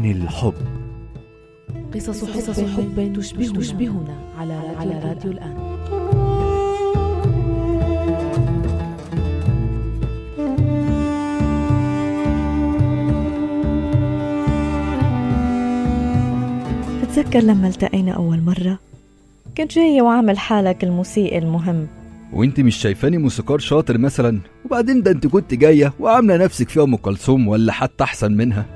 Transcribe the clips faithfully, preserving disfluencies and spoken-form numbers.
عن الحب. قصص حب, قصص حب تشبهنا, تشبهنا على راديو, على راديو الآن. بتذكر لما التقينا أول مرة كنت جاية وعامل حالك الموسيقي المهم، وانت مش شايفاني موسيقار شاطر مثلا؟ وبعدين ده انت كنت جاية وعاملة نفسك فيها أم كلثوم ولا حتى أحسن منها.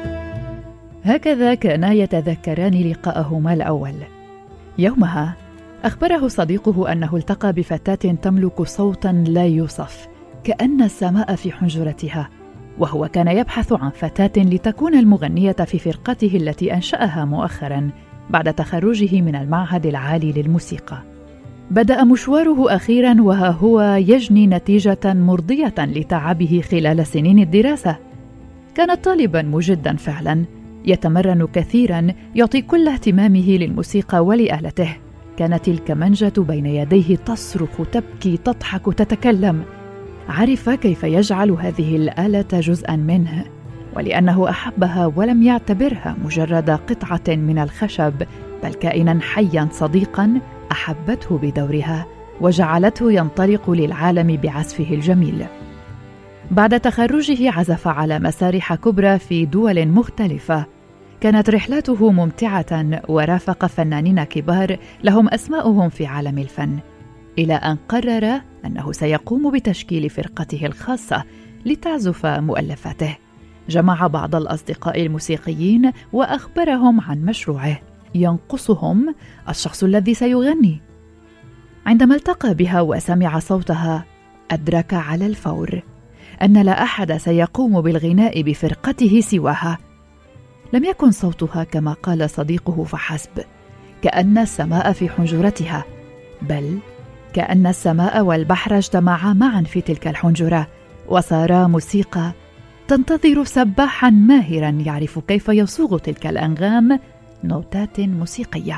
هكذا كانا يتذكران لقاءهما الأول. يومها أخبره صديقه أنه التقى بفتاة تملك صوتا لا يوصف، كأن السماء في حنجرتها، وهو كان يبحث عن فتاة لتكون المغنية في فرقته التي أنشأها مؤخرا بعد تخرجه من المعهد العالي للموسيقى. بدأ مشواره أخيرا وها هو يجني نتيجة مرضية لتعبه خلال سنين الدراسة. كان طالبا مجدا فعلا، يتمرن كثيرا، يعطي كل اهتمامه للموسيقى ولآلته. كانت الكمنجة بين يديه تصرخ، تبكي، تضحك، تتكلم. عرف كيف يجعل هذه الآلة جزءا منه، ولأنه أحبها ولم يعتبرها مجرد قطعة من الخشب، بل كائنا حيا صديقا أحبته بدورها وجعلته ينطلق للعالم بعزفه الجميل. بعد تخرجه عزف على مسارح كبرى في دول مختلفة. كانت رحلاته ممتعة ورافق فنانين كبار لهم أسماؤهم في عالم الفن، إلى أن قرر أنه سيقوم بتشكيل فرقته الخاصة لتعزف مؤلفاته. جمع بعض الأصدقاء الموسيقيين وأخبرهم عن مشروعه، ينقصهم الشخص الذي سيغني. عندما التقى بها وسمع صوتها أدرك على الفور أن لا أحد سيقوم بالغناء بفرقته سواها. لم يكن صوتها كما قال صديقه فحسب، كأن السماء في حنجرتها، بل كأن السماء والبحر اجتمعا معا في تلك الحنجرة وصارا موسيقى تنتظر سباحا ماهرا يعرف كيف يصوغ تلك الأنغام نوتات موسيقية.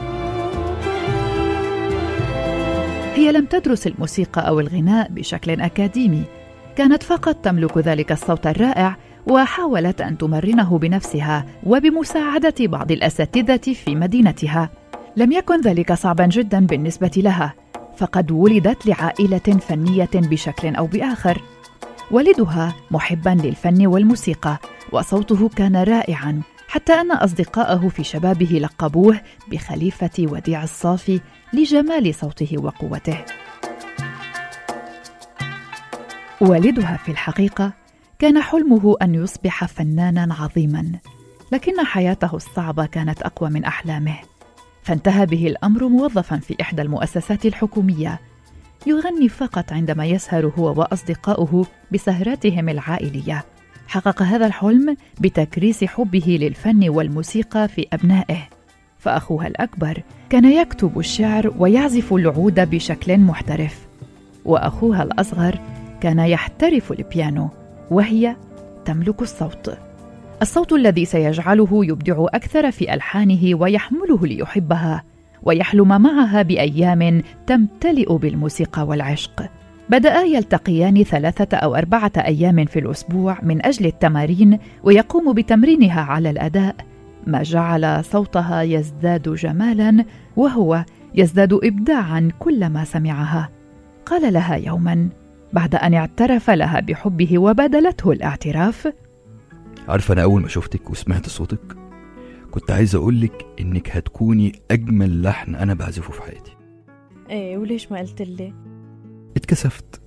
هي لم تدرس الموسيقى أو الغناء بشكل أكاديمي، كانت فقط تملك ذلك الصوت الرائع وحاولت أن تمرنه بنفسها وبمساعدة بعض الأساتذة في مدينتها. لم يكن ذلك صعبا جدا بالنسبة لها، فقد ولدت لعائلة فنية بشكل أو بآخر. والدها محبا للفن والموسيقى، وصوته كان رائعا، حتى أن أصدقاءه في شبابه لقبوه بخليفة وديع الصافي لجمال صوته وقوته. والدها في الحقيقة كان حلمه أن يصبح فنانا عظيما، لكن حياته الصعبة كانت أقوى من أحلامه، فانتهى به الأمر موظفا في إحدى المؤسسات الحكومية، يغني فقط عندما يسهر هو وأصدقاؤه بسهراتهم العائلية. حقق هذا الحلم بتكريس حبه للفن والموسيقى في أبنائه، فأخوها الأكبر كان يكتب الشعر ويعزف العود بشكل محترف، وأخوها الأصغر كان يحترف البيانو، وهي تملك الصوت الصوت الذي سيجعله يبدع أكثر في ألحانه ويحمله ليحبها ويحلم معها بأيام تمتلئ بالموسيقى والعشق. بدأا يلتقيان ثلاثة أو أربعة أيام في الأسبوع من أجل التمارين، ويقوم بتمرينها على الأداء، ما جعل صوتها يزداد جمالا وهو يزداد إبداعا كلما سمعها. قال لها يوما بعد أن اعترف لها بحبه وبادلته الاعتراف: عارفة أنا أول ما شفتك وسمعت صوتك كنت عايز أقولك إنك هتكوني أجمل لحن أنا بعزفه في حياتي. إيه، وليش ما قلت لي؟ اتكسفت.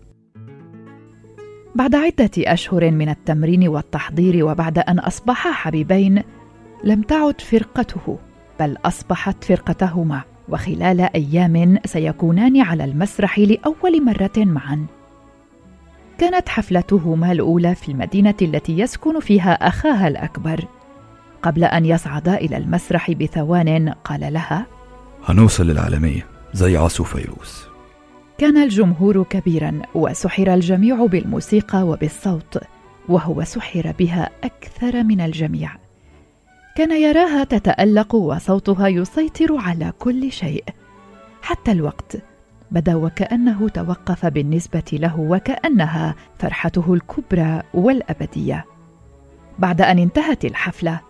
بعد عدة أشهر من التمرين والتحضير، وبعد أن أصبحا حبيبين، لم تعد فرقته بل أصبحت فرقتهما، وخلال أيام سيكونان على المسرح لأول مرة معا. كانت حفلتهما الأولى في المدينة التي يسكن فيها أخاها الأكبر. قبل أن يصعدا إلى المسرح بثوان قال لها: هنوصل للعالمية زي عاصو فيروز. كان الجمهور كبيرا، وسحر الجميع بالموسيقى وبالصوت، وهو سحر بها أكثر من الجميع. كان يراها تتألق وصوتها يسيطر على كل شيء، حتى الوقت بدا وكأنه توقف بالنسبة له، وكأنها فرحته الكبرى والأبدية. بعد أن انتهت الحفلة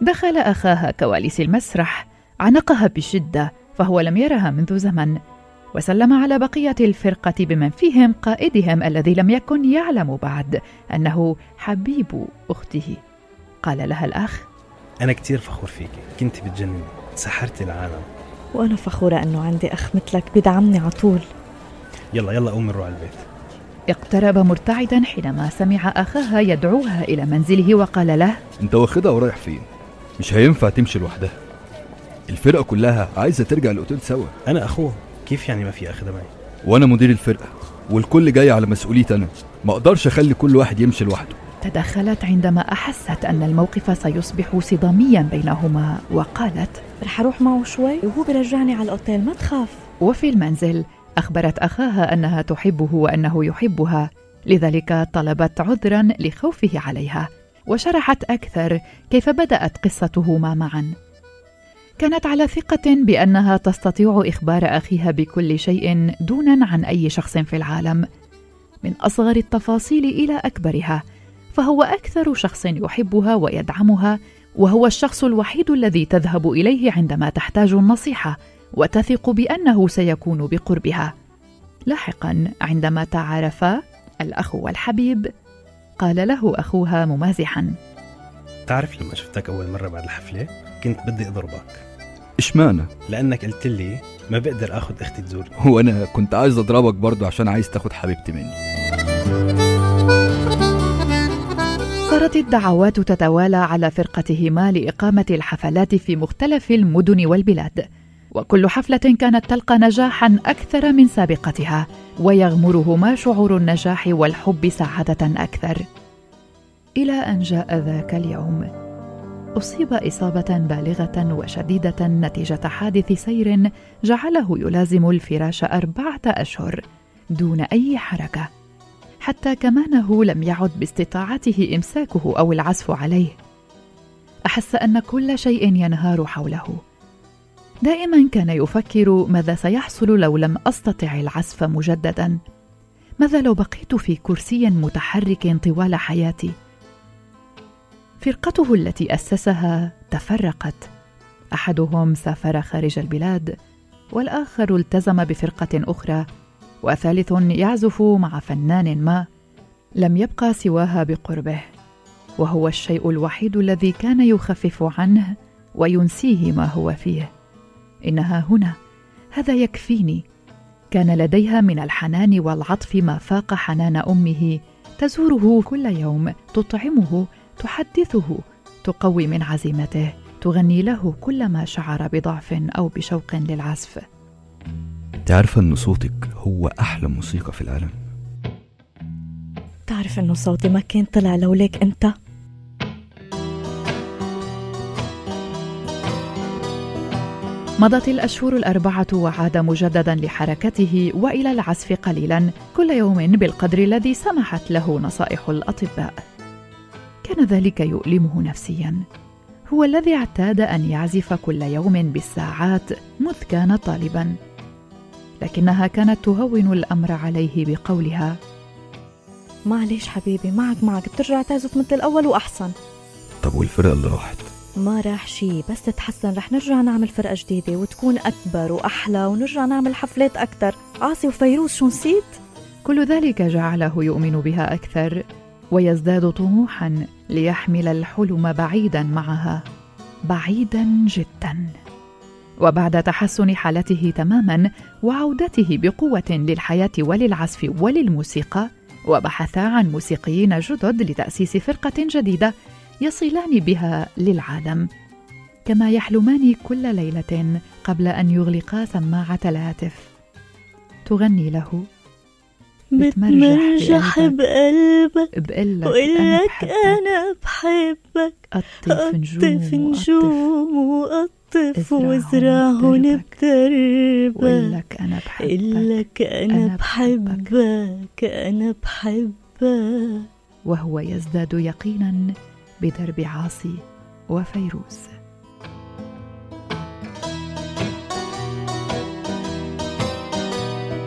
دخل أخاها كواليس المسرح، عانقها بشدة فهو لم يرها منذ زمن، وسلم على بقية الفرقة بمن فيهم قائدهم الذي لم يكن يعلم بعد أنه حبيب أخته. قال لها الأخ: أنا كتير فخور فيك، كنت بتجنني، سحرت العالم. وأنا فخورة أنه عندي أخ مثلك بدعمني عطول. يلا يلا قوم نروح على البيت. اقترب مرتعدا حينما سمع أخاها يدعوها إلى منزله وقال له: انت واخدها ورايح فين؟ مش هينفع تمشي لوحدها، الفرقة كلها عايزة ترجع الأوتيل سوا. أنا أخوه، كيف يعني ما في أخدها معي؟ وأنا مدير الفرقة والكل جاي على مسؤوليتي أنا، ما أقدرش أخلي كل واحد يمشي لوحده. تدخلت عندما أحست أن الموقف سيصبح صداميا بينهما وقالت: رح أروح معه شوي وهو برجعني على الأوتيل، ما تخاف. وفي المنزل أخبرت أخاها أنها تحبه وأنه يحبها، لذلك طلبت عذرا لخوفه عليها، وشرحت أكثر كيف بدأت قصتهما معا. كانت على ثقة بأنها تستطيع إخبار أخيها بكل شيء دونا عن أي شخص في العالم، من أصغر التفاصيل إلى أكبرها، فهو أكثر شخص يحبها ويدعمها، وهو الشخص الوحيد الذي تذهب إليه عندما تحتاج النصيحة وتثق بأنه سيكون بقربها. لاحقا عندما تعارفا الأخ والحبيب، قال له أخوها ممازحا: تعرف لما شفتك أول مرة بعد الحفلة كنت بدي أضربك. إشمعنى؟ لأنك قلت لي ما بقدر أخذ أختي تزورني. هو أنا كنت عايز أضربك برضو عشان عايز تاخد حبيبتي مني. صارت الدعوات تتوالى على فرقتهما لإقامة الحفلات في مختلف المدن والبلاد، وكل حفلة كانت تلقى نجاحا أكثر من سابقتها، ويغمرهما شعور النجاح والحب سعادة أكثر. إلى أن جاء ذاك اليوم، أصيب إصابة بالغة وشديدة نتيجة حادث سير جعله يلازم الفراش أربعة أشهر دون أي حركة، حتى كمانه لم يعد باستطاعته إمساكه أو العزف عليه. أحس أن كل شيء ينهار حوله. دائما كان يفكر: ماذا سيحصل لو لم أستطع العزف مجددا؟ ماذا لو بقيت في كرسي متحرك طوال حياتي؟ فرقته التي أسسها تفرقت، أحدهم سافر خارج البلاد، والآخر التزم بفرقة أخرى، وثالث يعزف مع فنان ما. لم يبقى سواها بقربه، وهو الشيء الوحيد الذي كان يخفف عنه وينسيه ما هو فيه. إنها هنا، هذا يكفيني. كان لديها من الحنان والعطف ما فاق حنان أمه، تزوره كل يوم، تطعمه، تحدثه، تقوي من عزيمته، تغني له كلما شعر بضعف أو بشوق للعزف. تعرف أن صوتك هو أحلى موسيقى في العالم؟ تعرف أنه صوتي ما كان طلع لولاك أنت؟ مضت الأشهر الأربعة وعاد مجددا لحركته وإلى العزف قليلا كل يوم بالقدر الذي سمحت له نصائح الأطباء. كان ذلك يؤلمه نفسيا. هو الذي اعتاد أن يعزف كل يوم بالساعات مذ كان طالبا، لكنها كانت تهون الأمر عليه بقولها: معليش حبيبي، معك معك بترجع تعزف مثل الأول وأحسن. طب والفرقة اللي راحت؟ ما راح شي، بس تتحسن رح نرجع نعمل فرقة جديدة وتكون أكبر وأحلى، ونرجع نعمل حفلات أكتر. عاصي وفيروز شو نسيت؟ كل ذلك جعله يؤمن بها أكثر ويزداد طموحا ليحمل الحلم بعيدا معها، بعيدا جدا. وبعد تحسن حالته تماما وعودته بقوة للحياة وللعزف وللموسيقى، وبحثا عن موسيقيين جدد لتأسيس فرقة جديدة يصلان بها للعالم، كما يحلمان كل ليلة قبل أن يغلقا سماعة الهاتف. تغني له: بتمرجح بقلبك بقلك وقلك أنا بحبك، قطف نجوم وقطف وزرعهن بتربك، وقلك أنا بحبك، قلك أنا بحبك، أنا بحبك. وهو يزداد يقينا بدرب عاصي وفيروز.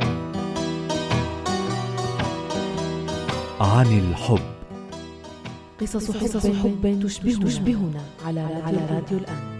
عن الحب قصص حب تشبهنا على راديو الآن.